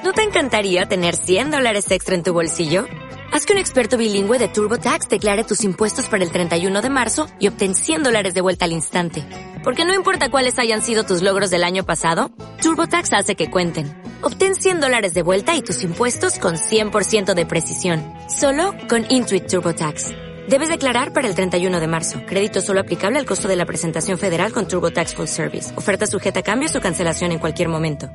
¿No te encantaría tener $100 extra en tu bolsillo? Haz que un experto bilingüe de TurboTax declare tus impuestos para el 31 de marzo y obtén $100 de vuelta al instante. Porque no importa cuáles hayan sido tus logros del año pasado, TurboTax hace que cuenten. Obtén $100 de vuelta y tus impuestos con 100% de precisión. Solo con Intuit TurboTax. Debes declarar para el 31 de marzo. Crédito solo aplicable al costo de la presentación federal con TurboTax Full Service. Oferta sujeta a cambios o cancelación en cualquier momento.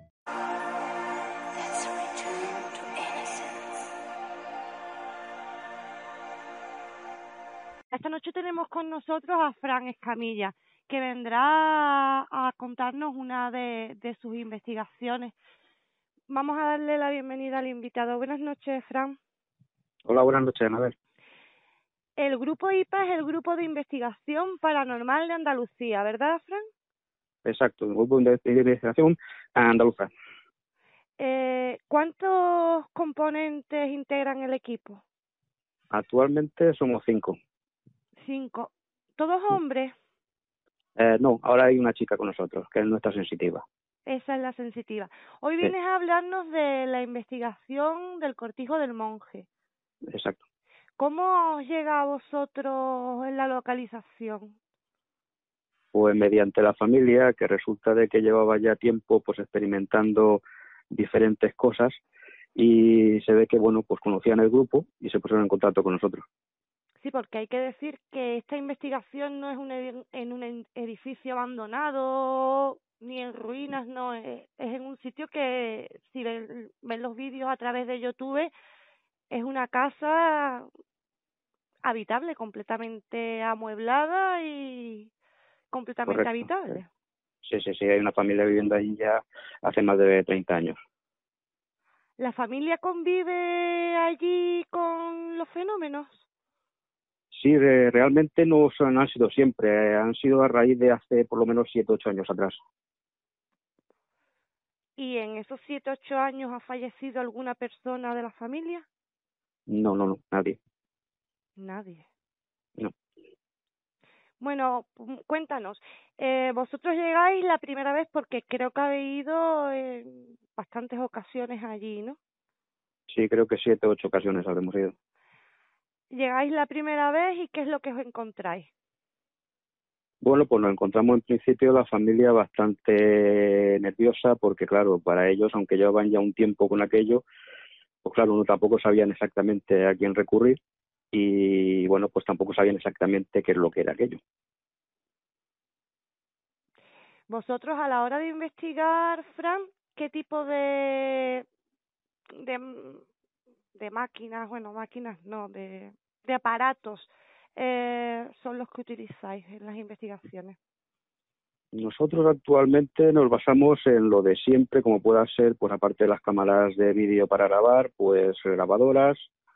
Esta noche tenemos con nosotros a Fran Escamilla, que vendrá a contarnos una de sus investigaciones. Vamos a darle la bienvenida al invitado. Buenas noches, Fran. Hola, buenas noches, Anabel. El grupo IPA es el Grupo de Investigación Paranormal de Andalucía, ¿verdad, Fran? Exacto, el grupo de investigación andaluza. ¿Cuántos componentes integran el equipo? Actualmente somos 5. 5. ¿Todos hombres? No, ahora hay una chica con nosotros, que es nuestra sensitiva. Esa es la sensitiva. Hoy vienes a hablarnos de la investigación del Cortijo del Monje. Exacto. ¿Cómo os llega a vosotros en la localización? Pues mediante la familia, que resulta de que llevaba ya tiempo pues experimentando diferentes cosas y se ve que, bueno, pues conocían el grupo y se pusieron en contacto con nosotros. Sí, porque hay que decir que esta investigación no es en un edificio abandonado ni en ruinas, no, es en un sitio que, si ven los vídeos a través de YouTube, es una casa habitable, completamente amueblada y completamente Correcto. habitable. Sí, hay una familia viviendo allí ya hace más de 30 años. ¿La familia convive allí con los fenómenos? Sí, realmente no han sido siempre, han sido a raíz de hace por lo menos 7 u 8 años atrás. ¿Y en esos 7 u 8 años ha fallecido alguna persona de la familia? No, nadie. Nadie. No. Bueno, cuéntanos, vosotros llegáis la primera vez porque creo que habéis ido en bastantes ocasiones allí, ¿no? Sí, creo que 7 u 8 ocasiones habremos ido. Llegáis la primera vez y ¿qué es lo que os encontráis? Bueno, pues nos encontramos en principio la familia bastante nerviosa porque, claro, para ellos, aunque llevaban ya un tiempo con aquello, pues claro, no tampoco sabían exactamente a quién recurrir y, bueno, pues tampoco sabían exactamente qué es lo que era aquello. Vosotros a la hora de investigar, Fran, ¿qué tipo de, de máquinas, bueno, máquinas no, de aparatos son los que utilizáis en las investigaciones? Nosotros actualmente nos basamos en lo de siempre, como pueda ser, pues aparte de las cámaras de vídeo para grabar, pues grabadoras.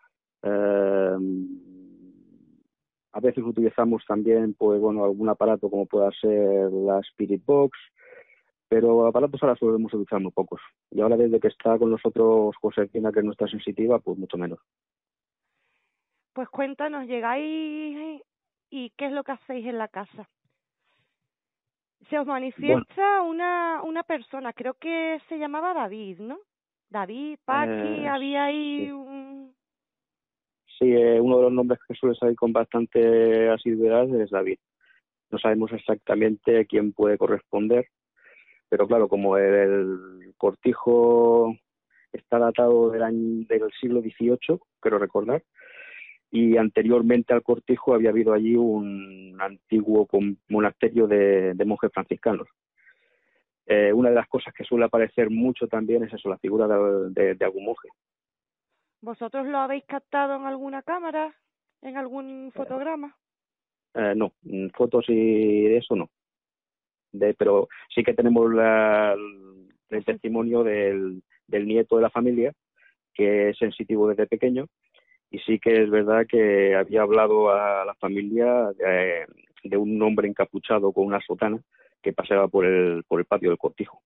A veces utilizamos también, pues bueno, algún aparato como pueda ser la Spirit Box, pero aparatos ahora solemos utilizar muy pocos. Y ahora desde que está con nosotros Josefina, que es nuestra sensitiva, pues mucho menos. Pues cuéntanos, llegáis y ¿qué es lo que hacéis en la casa? Se os manifiesta una persona, creo que se llamaba David, ¿no? David, Paqui, había ahí sí. un... Sí, uno de los nombres que suele salir con bastante asiduidad es David. No sabemos exactamente a quién puede corresponder, pero claro, como el cortijo está datado del siglo XVIII, quiero recordar, y anteriormente al cortijo había habido allí un antiguo monasterio de monjes franciscanos. Una de las cosas que suele aparecer mucho también es eso, la figura de algún monje. ¿Vosotros lo habéis captado en alguna cámara, en algún fotograma? No, fotos y eso no. Pero sí que tenemos el testimonio del nieto de la familia, que es sensitivo desde pequeño, y sí que es verdad que había hablado a la familia de un hombre encapuchado con una sotana que paseaba por el patio del cortijo.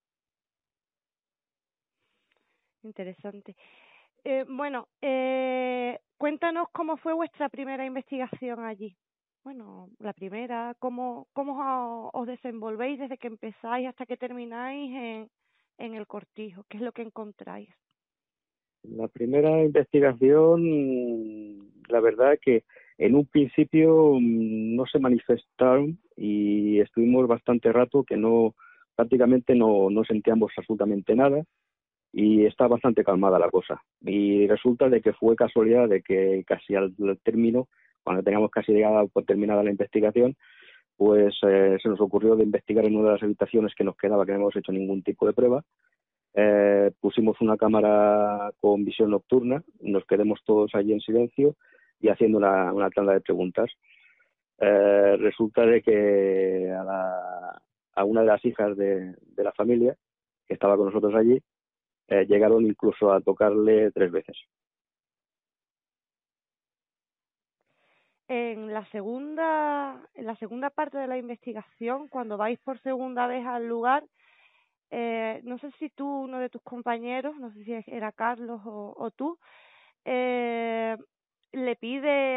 Interesante. Cuéntanos cómo fue vuestra primera investigación allí. Bueno, la primera, ¿cómo os desenvolvéis desde que empezáis hasta que termináis en el cortijo? ¿Qué es lo que encontráis? La primera investigación, la verdad que en un principio no se manifestaron y estuvimos bastante rato que prácticamente no sentíamos absolutamente nada y está bastante calmada la cosa. Y resulta de que fue casualidad de que casi al término, cuando teníamos casi llegada por terminada la investigación, pues se nos ocurrió de investigar en una de las habitaciones que nos quedaba, que no hemos hecho ningún tipo de prueba. Pusimos una cámara con visión nocturna, nos quedamos todos allí en silencio y haciendo una tanda de preguntas. Resulta de que a una de las hijas de la familia que estaba con nosotros allí, llegaron incluso a tocarle 3 veces. En la segunda parte de la investigación, cuando vais por segunda vez al lugar, no sé si tú, uno de tus compañeros, no sé si era Carlos o tú, le pide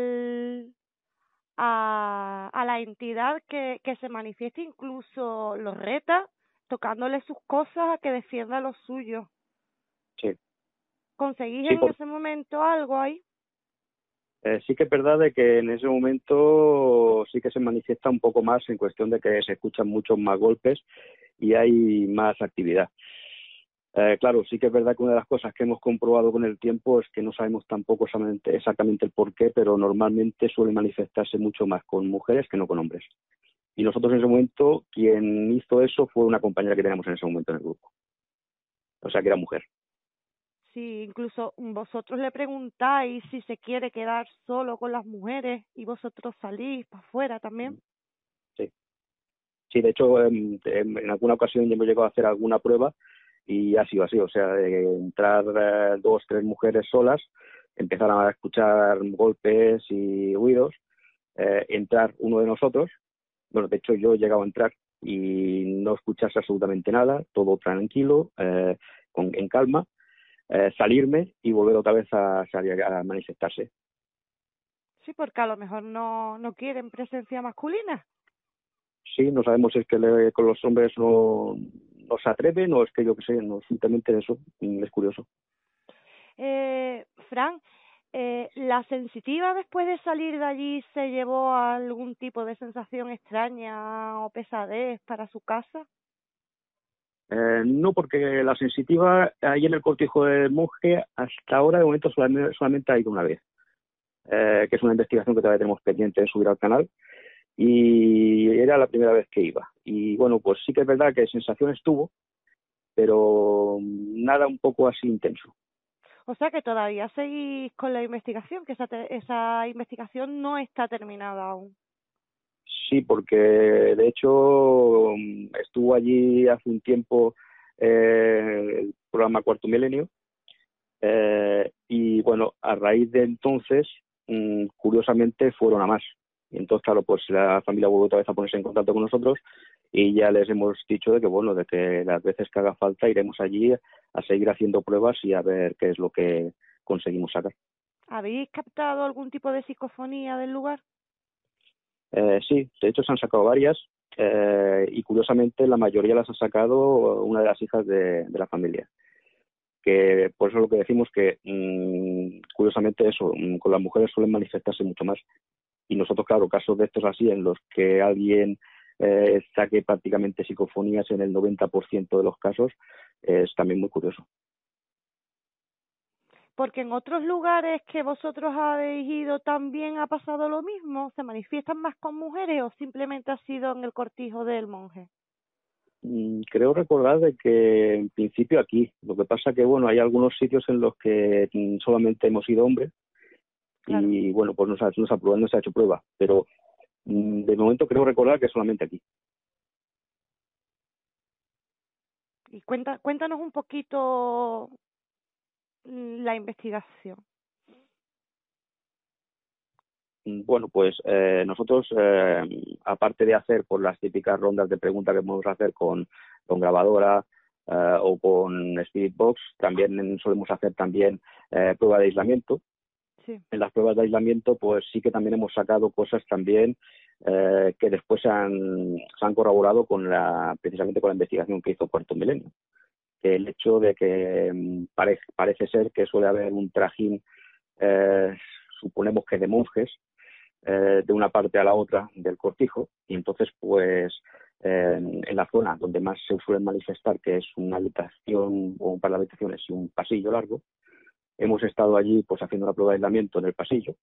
a la entidad que se manifieste, incluso los reta, tocándole sus cosas a que defienda lo suyo. Sí. ¿Conseguís Sí, en ese momento algo ahí? Sí que es verdad de que en ese momento sí que se manifiesta un poco más en cuestión de que se escuchan muchos más golpes y hay más actividad. Claro, sí que es verdad que una de las cosas que hemos comprobado con el tiempo es que no sabemos tampoco exactamente el por qué, pero normalmente suele manifestarse mucho más con mujeres que no con hombres. Y nosotros en ese momento, quien hizo eso fue una compañera que teníamos en ese momento en el grupo. O sea, que era mujer. Sí, incluso vosotros le preguntáis si se quiere quedar solo con las mujeres y vosotros salís para afuera también. Sí. Sí, de hecho, en alguna ocasión ya hemos llegado a hacer alguna prueba y ha sido así, o sea, de entrar 2, 3 mujeres solas, empezar a escuchar golpes y ruidos, entrar uno de nosotros, bueno, de hecho yo he llegado a entrar y no escucharse absolutamente nada, todo tranquilo, en calma, salirme y volver otra vez a salir a manifestarse. Sí, porque a lo mejor no quieren presencia masculina. Sí, no sabemos si es que con los hombres no se atreven o es que yo qué sé, no, simplemente eso, es curioso. Fran, ¿la sensitiva después de salir de allí se llevó algún tipo de sensación extraña o pesadez para su casa? No, porque la sensitiva ahí en el cortijo del monje hasta ahora de momento solamente ha ido una vez, que es una investigación que todavía tenemos pendiente de subir al canal y era la primera vez que iba. Y bueno, pues sí que es verdad que sensaciones tuvo, pero nada un poco así intenso. O sea que todavía seguís con la investigación, que esa investigación no está terminada aún. Sí, porque de hecho estuvo allí hace un tiempo el programa Cuarto Milenio y bueno, a raíz de entonces, curiosamente fueron a más. Y entonces, claro, pues la familia vuelve otra vez a ponerse en contacto con nosotros y ya les hemos dicho de que, bueno, de que las veces que haga falta iremos allí a seguir haciendo pruebas y a ver qué es lo que conseguimos sacar. ¿Habéis captado algún tipo de psicofonía del lugar? Sí, de hecho se han sacado varias y curiosamente la mayoría las ha sacado una de las hijas de la familia. Que por eso es lo que decimos que curiosamente eso, con las mujeres suelen manifestarse mucho más. Y nosotros, claro, casos de estos así en los que alguien saque prácticamente psicofonías en el 90% de los casos es también muy curioso. Porque en otros lugares que vosotros habéis ido también ha pasado lo mismo. ¿Se manifiestan más con mujeres o simplemente ha sido en el cortijo del monje? Creo recordar de que en principio aquí. Lo que pasa que, bueno, hay algunos sitios en los que solamente hemos ido hombres. Claro. Y bueno, pues no se ha hecho prueba, pero de momento creo recordar que solamente aquí. Y cuéntanos un poquito la investigación. Bueno, pues nosotros, aparte de hacer por las típicas rondas de preguntas que podemos hacer con grabadora o con Spirit Box, también solemos hacer también prueba de aislamiento. Sí. En las pruebas de aislamiento, pues sí que también hemos sacado cosas también que después se han corroborado precisamente con la investigación que hizo Cuarto Milenio. que el hecho de que parece ser que suele haber un trajín, suponemos que de monjes, de una parte a la otra del cortijo, y entonces pues en la zona donde más se suelen manifestar, que es una habitación o un par de habitaciones y un pasillo largo, hemos estado allí pues haciendo la prueba de aislamiento en el pasillo.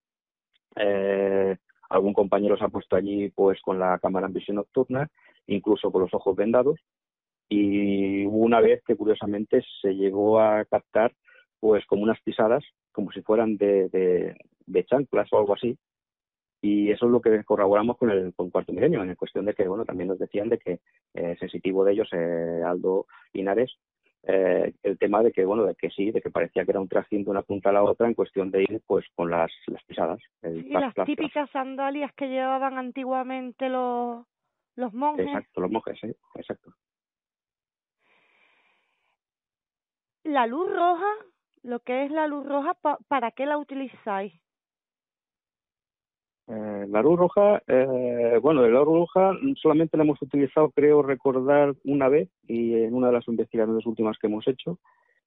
Algún compañero se ha puesto allí pues con la cámara en visión nocturna, incluso con los ojos vendados, y hubo una vez que curiosamente se llegó a captar pues como unas pisadas, como si fueran de chanclas o algo así, y eso es lo que corroboramos con Cuarto Milenio, en cuestión de que, bueno, también nos decían de que sensitivo de ellos, Aldo Linares, el tema de que, bueno, de que sí, de que parecía que era un trajín de una punta a la otra en cuestión de ir, pues, con las pisadas. Y las típicas sandalias que llevaban antiguamente los monjes. Exacto, los monjes, sí, exacto. La luz roja, lo que es la luz roja, ¿para qué la utilizáis? La luz roja, bueno, la luz roja solamente la hemos utilizado, creo recordar, una vez, y en una de las investigaciones últimas que hemos hecho.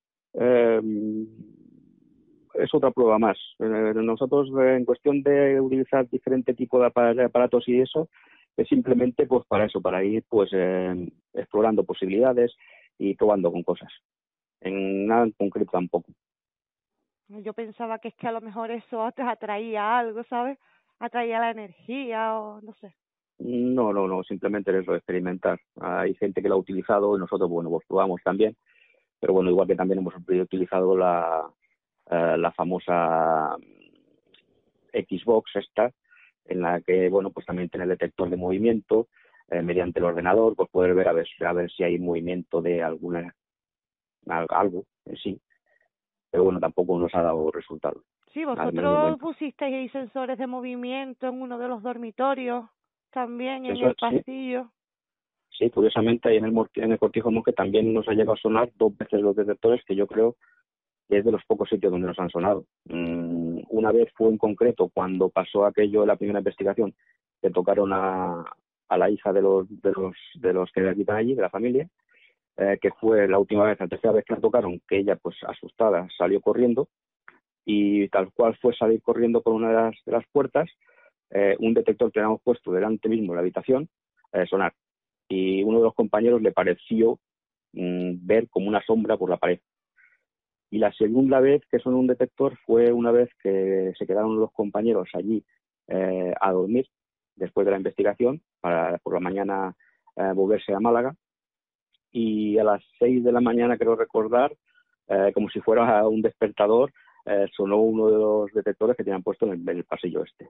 Es otra prueba más. Nosotros, en cuestión de utilizar diferente tipo de aparatos y eso, es simplemente pues para eso, para ir pues explorando posibilidades y probando con cosas. En nada en concreto tampoco. Yo pensaba que es que a lo mejor eso atraía algo, ¿sabes? Atraía la energía o no sé. No, simplemente es eso, experimentar. Hay gente que lo ha utilizado y nosotros, bueno, pues probamos también, pero bueno, igual que también hemos utilizado la famosa Xbox esta, en la que, bueno, pues también tiene el detector de movimiento, mediante el ordenador, pues poder ver a ver si hay movimiento de algo en sí, pero bueno, tampoco nos ha dado resultado. Sí, vosotros pusisteis sensores de movimiento en uno de los dormitorios, también en el pasillo. Sí, curiosamente ahí en el Cortijo Monje también nos ha llegado a sonar 2 veces los detectores, que yo creo que es de los pocos sitios donde nos han sonado. Una vez fue en concreto cuando pasó aquello, la primera investigación, que tocaron a la hija de los que habitan allí, de la familia, que fue la última vez, la tercera vez que la tocaron, que ella pues asustada salió corriendo, y tal cual fue salir corriendo por una de las puertas, un detector que habíamos puesto delante mismo de la habitación, sonar. Y uno de los compañeros le pareció ver como una sombra por la pared. Y la segunda vez que sonó un detector fue una vez que se quedaron los compañeros allí a dormir después de la investigación para por la mañana volverse a Málaga, y a las 6 de la mañana, creo recordar, como si fuera un despertador, sonó uno de los detectores que tenían puesto en el pasillo este.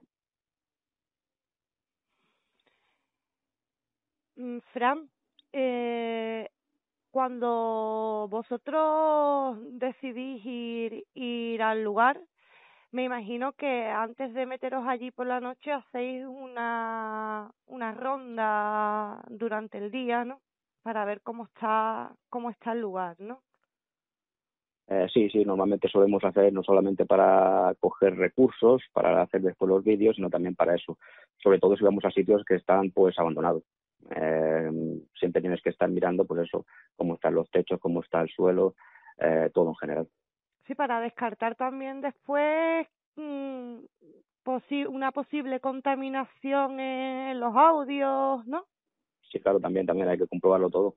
Fran, cuando vosotros decidís ir al lugar, me imagino que antes de meteros allí por la noche hacéis una ronda durante el día, ¿no? Para ver cómo está el lugar, ¿no? Sí, normalmente solemos hacer no solamente para coger recursos, para hacer después los vídeos, sino también para eso. Sobre todo si vamos a sitios que están pues abandonados. Siempre tienes que estar mirando pues eso, cómo están los techos, cómo está el suelo, todo en general. Sí, para descartar también después una posible contaminación en los audios, ¿no? Sí, claro, también hay que comprobarlo todo.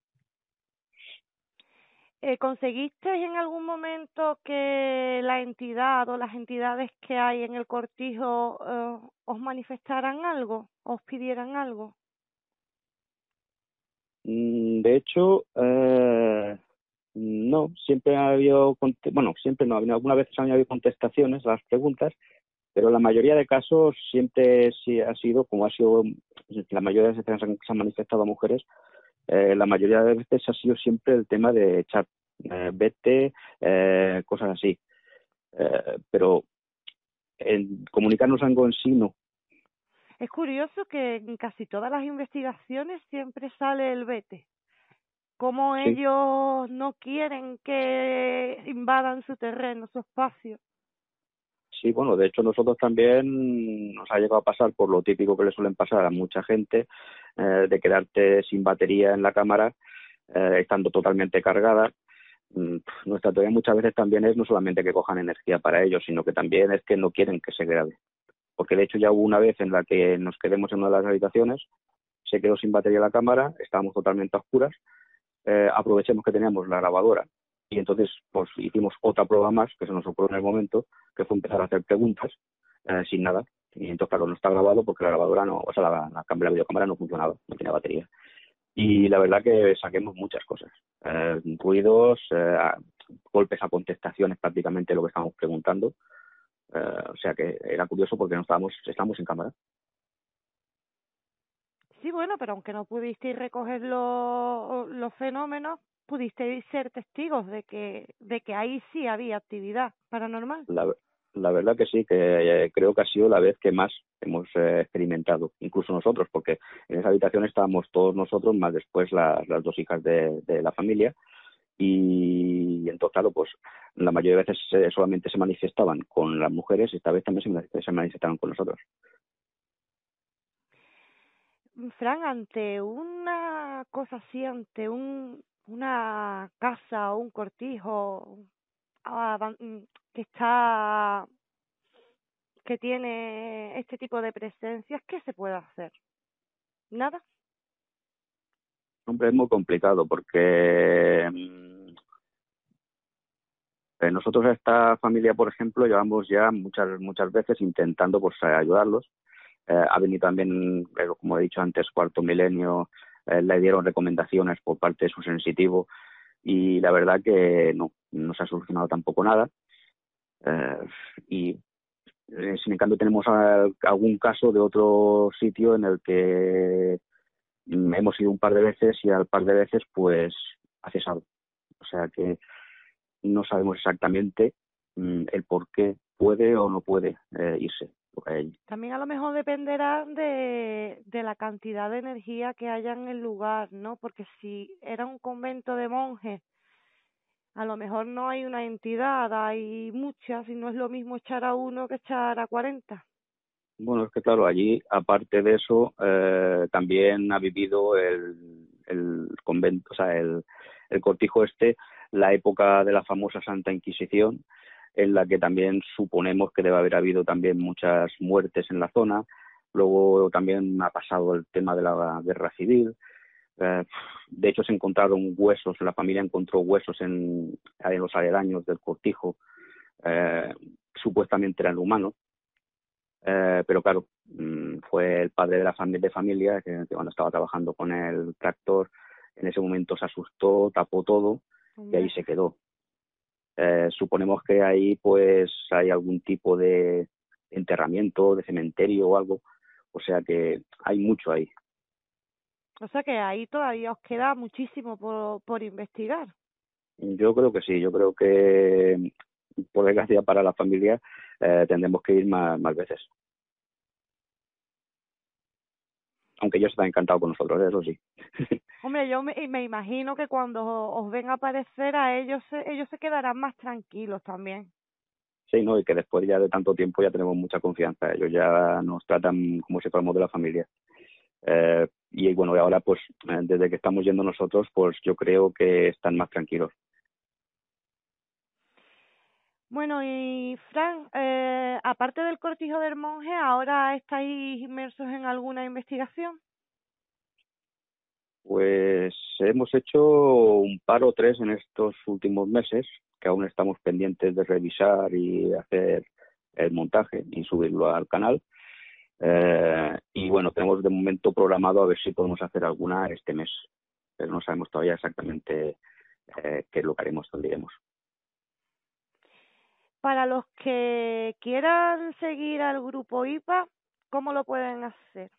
¿Conseguisteis en algún momento que la entidad o las entidades que hay en el cortijo os manifestaran algo, os pidieran algo? De hecho, no, siempre ha habido, siempre no, algunas veces han habido contestaciones a las preguntas, pero la mayoría de casos siempre sí ha sido, como ha sido, la mayoría de veces se han manifestado mujeres, la mayoría de veces ha sido siempre el tema de chat, vete, cosas así. Pero en comunicarnos algo en sí, no. Es curioso que en casi todas las investigaciones siempre sale el vete. Como Sí. ellos no quieren que invadan su terreno, su espacio. Sí, bueno, de hecho nosotros también nos ha llegado a pasar por lo típico que le suelen pasar a mucha gente, de quedarte sin batería en la cámara estando totalmente cargadas. Nuestra teoría muchas veces también es no solamente que cojan energía para ellos, sino que también es que no quieren que se grabe. Porque de hecho ya hubo una vez en la que nos quedemos en una de las habitaciones, se quedó sin batería la cámara, estábamos totalmente a oscuras, aprovechemos que teníamos la grabadora y entonces pues hicimos otra prueba más que se nos ocurrió en el momento, que fue empezar a hacer preguntas sin nada. Y entonces claro, no está grabado porque la grabadora no, o sea, la videocámara no funcionaba, no tenía batería. Y la verdad que saquemos muchas cosas, ruidos, golpes a contestaciones prácticamente lo que estábamos preguntando, o sea que era curioso porque no estábamos en cámara. Sí, bueno, pero aunque no pudisteis recoger los fenómenos, pudisteis ser testigos de que ahí sí había actividad paranormal. La verdad que sí, que creo que ha sido la vez que más hemos experimentado, incluso nosotros, porque en esa habitación estábamos todos nosotros, más después las dos hijas de la familia, y entonces, claro, pues la mayoría de veces solamente se manifestaban con las mujeres y esta vez también se manifestaban con nosotros. Fran, ante una cosa así, ante una casa o un cortijo que está, que tiene este tipo de presencias, ¿qué se puede hacer? ¿Nada? Hombre, es muy complicado porque nosotros a esta familia, por ejemplo, llevamos ya muchas veces intentando pues ayudarlos. Ha venido también, como he dicho antes, Cuarto Milenio, le dieron recomendaciones por parte de su sensitivo y la verdad que no se ha solucionado tampoco nada. Y sin en cambio tenemos algún caso de otro sitio en el que hemos ido un par de veces y al par de veces pues ha cesado. O sea que no sabemos exactamente el por qué puede o no puede irse. También a lo mejor dependerá de la cantidad de energía que haya en el lugar, ¿no? Porque si era un convento de monjes, a lo mejor no hay una entidad, hay muchas, y no es lo mismo echar a uno que echar a 40. Bueno, es que claro, allí, aparte de eso, también ha vivido el convento, o sea, el cortijo este, la época de la famosa Santa Inquisición, en la que también suponemos que debe haber habido también muchas muertes en la zona. Luego también ha pasado el tema de la guerra civil. De hecho, se encontraron huesos, la familia encontró huesos en los aledaños del cortijo, supuestamente eran humanos. Pero claro, fue el padre de la familia que cuando estaba trabajando con el tractor, en ese momento se asustó, tapó todo y ahí se quedó. Suponemos que ahí pues hay algún tipo de enterramiento, de cementerio o algo, o sea que hay mucho ahí. O sea que ahí todavía os queda muchísimo por investigar. Yo creo que sí, yo creo que por desgracia para la familia tendremos que ir más veces. Aunque ellos están encantados con nosotros, eso sí. Hombre, yo me imagino que cuando os ven aparecer a ellos, ellos se quedarán más tranquilos también. Sí, ¿no? Y que después ya de tanto tiempo ya tenemos mucha confianza. Ellos ya nos tratan como si fuéramos de la familia. Y bueno, y ahora pues desde que estamos yendo nosotros, pues yo creo que están más tranquilos. Bueno, y Fran, aparte del cortijo del monje, ¿ahora estáis inmersos en alguna investigación? Pues hemos hecho un par o tres en estos últimos meses, que aún estamos pendientes de revisar y hacer el montaje y subirlo al canal. Y bueno, tenemos de momento programado a ver si podemos hacer alguna este mes, pero no sabemos todavía exactamente qué es lo que haremos, dónde iremos. Para los que quieran seguir al grupo IPA, ¿cómo lo pueden hacer?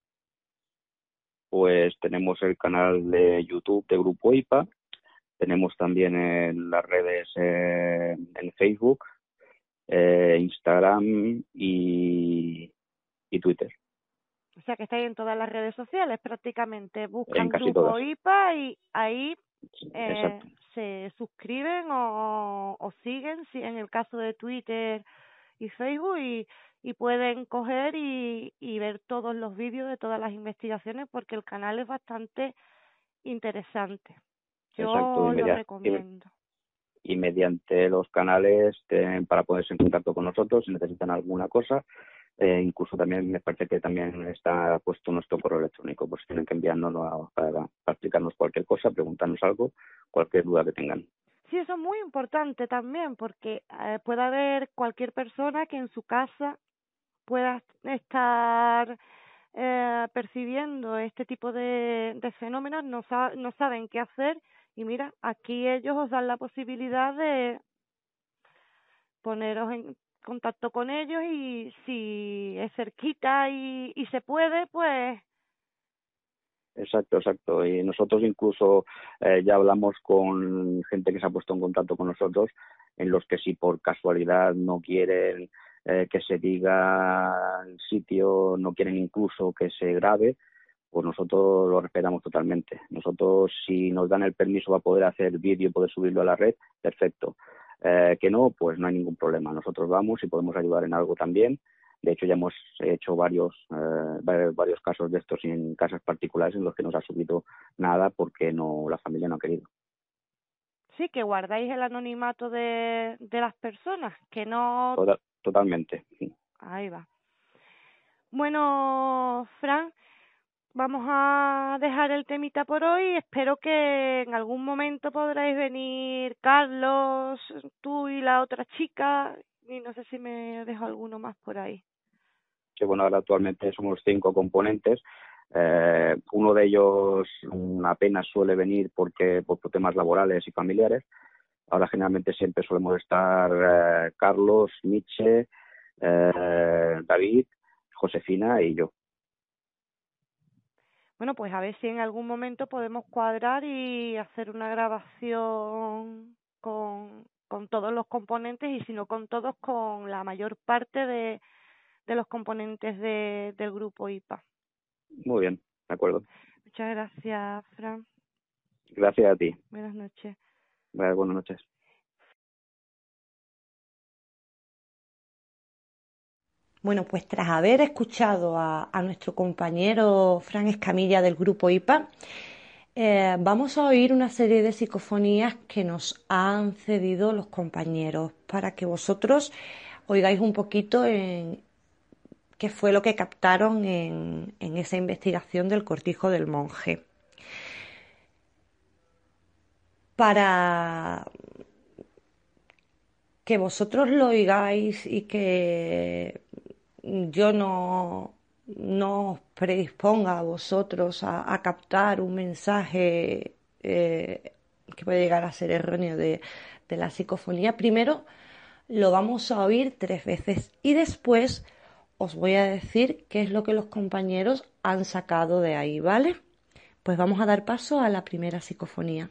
Pues tenemos el canal de YouTube de Grupo IPA, tenemos también en las redes en Facebook, Instagram y Twitter. O sea que estáis en todas las redes sociales prácticamente. En Buscan casi todas. grupo IPA y ahí Exacto. se suscriben o siguen, si en el caso de Twitter y Facebook, y pueden coger y ver todos los vídeos de todas las investigaciones porque el canal es bastante interesante. Exacto, Yo lo recomiendo. y mediante los canales para ponerse en contacto con nosotros si necesitan alguna cosa. Incluso también me parece que también está puesto nuestro correo electrónico, pues tienen que enviárnoslo para explicarnos cualquier cosa, preguntarnos algo, cualquier duda que tengan. Sí, eso es muy importante también, porque puede haber cualquier persona que en su casa pueda estar percibiendo este tipo de fenómenos, no saben qué hacer, y mira, aquí ellos os dan la posibilidad de poneros en contacto con ellos, y si es cerquita y se puede, pues... Exacto, exacto. Y nosotros incluso ya hablamos con gente que se ha puesto en contacto con nosotros, en los que si por casualidad no quieren que se diga el sitio, no quieren incluso que se grabe, pues nosotros lo respetamos totalmente. Nosotros, si nos dan el permiso para poder hacer vídeo y poder subirlo a la red, perfecto. Que no, pues no hay ningún problema. Nosotros vamos y podemos ayudar en algo también. De hecho, ya hemos hecho varios casos de estos en casas particulares en los que no se ha subido nada porque la familia no ha querido. Sí, que guardáis el anonimato de las personas, que no... Totalmente, sí. Ahí va. Bueno, Fran, vamos a dejar el temita por hoy. Espero que en algún momento podráis venir Carlos, tú y la otra chica, y no sé si me dejo alguno más por ahí. Que bueno, ahora actualmente somos 5 componentes. Uno de ellos apenas suele venir por temas laborales y familiares. Ahora generalmente siempre solemos estar Carlos, Nietzsche, David, Josefina y yo. Bueno, pues a ver si en algún momento podemos cuadrar y hacer una grabación con todos los componentes, y si no con todos, con la mayor parte de los componentes del grupo IPA. Muy bien, de acuerdo. Muchas gracias, Fran. Gracias a ti. Buenas noches. Buenas noches. Bueno, pues tras haber escuchado a nuestro compañero Fran Escamilla del grupo IPA, vamos a oír una serie de psicofonías que nos han cedido los compañeros para que vosotros oigáis un poquito en qué fue lo que captaron en esa investigación del Cortijo del Monje. Para que vosotros lo oigáis y que yo no os predisponga a vosotros a captar un mensaje que puede llegar a ser erróneo de la psicofonía, primero lo vamos a oír 3 veces y después os voy a decir qué es lo que los compañeros han sacado de ahí, ¿vale? Pues vamos a dar paso a la primera psicofonía.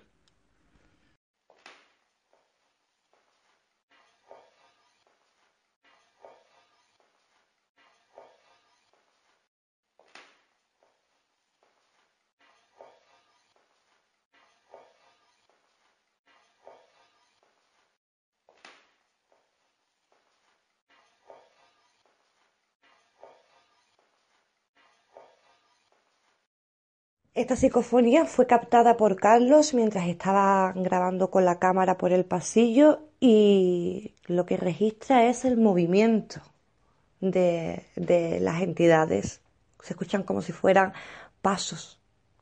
Esta psicofonía fue captada por Carlos mientras estaba grabando con la cámara por el pasillo, y lo que registra es el movimiento de las entidades. Se escuchan como si fueran pasos.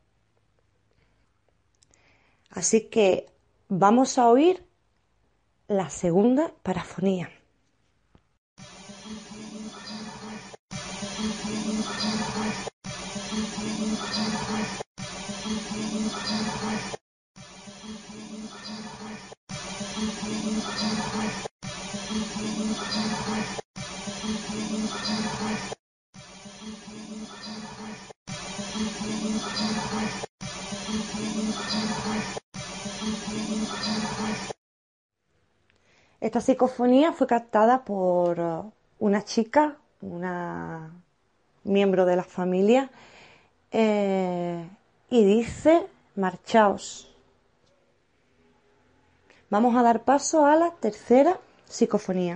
Así que vamos a oír la segunda parafonía. Esta psicofonía fue captada por una chica, una miembro de la familia, y dice: marchaos. Vamos a dar paso a la tercera psicofonía.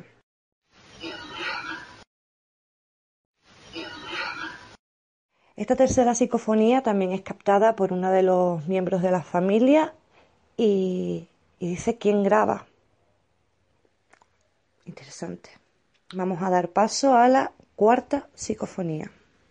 Esta tercera psicofonía también es captada por uno de los miembros de la familia y dice quién graba. Interesante. Vamos a dar paso a la cuarta psicofonía.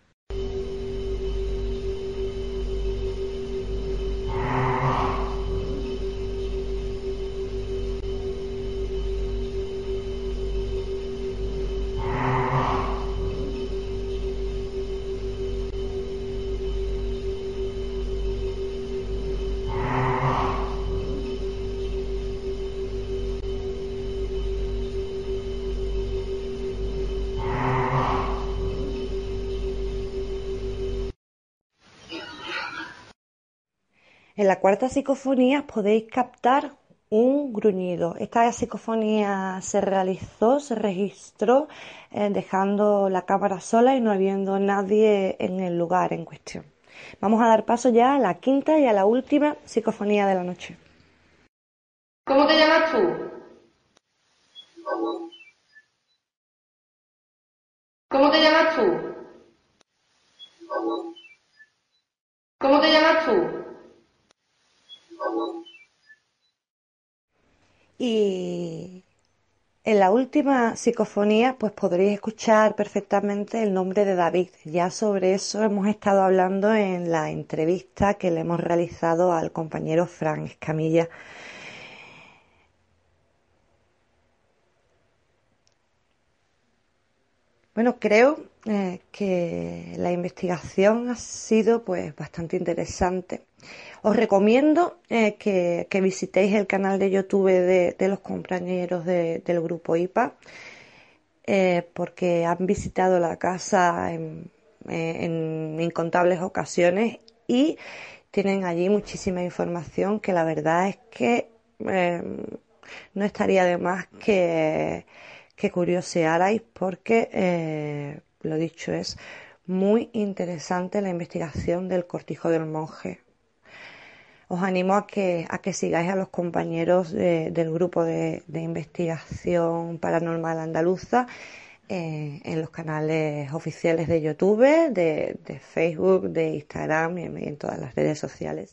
En la cuarta psicofonía podéis captar un gruñido. Esta psicofonía se registró dejando la cámara sola y no habiendo nadie en el lugar en cuestión. Vamos a dar paso ya a la quinta y a la última psicofonía de la noche. ¿Cómo te llamas tú? ¿Cómo te llamas tú? ¿Cómo te llamas tú? Y en la última psicofonía pues podréis escuchar perfectamente el nombre de David. Ya sobre eso hemos estado hablando en la entrevista que le hemos realizado al compañero Fran Escamilla. Bueno, creo que la investigación ha sido pues bastante interesante. Os recomiendo que visitéis el canal de YouTube de los compañeros del grupo IPA, porque han visitado la casa en incontables ocasiones y tienen allí muchísima información que la verdad es que no estaría de más que curiosearais porque, lo dicho, es muy interesante la investigación del Cortijo del Monje. Os animo a que sigáis a los compañeros del grupo de investigación paranormal andaluza en los canales oficiales de YouTube, de Facebook, de Instagram y en todas las redes sociales.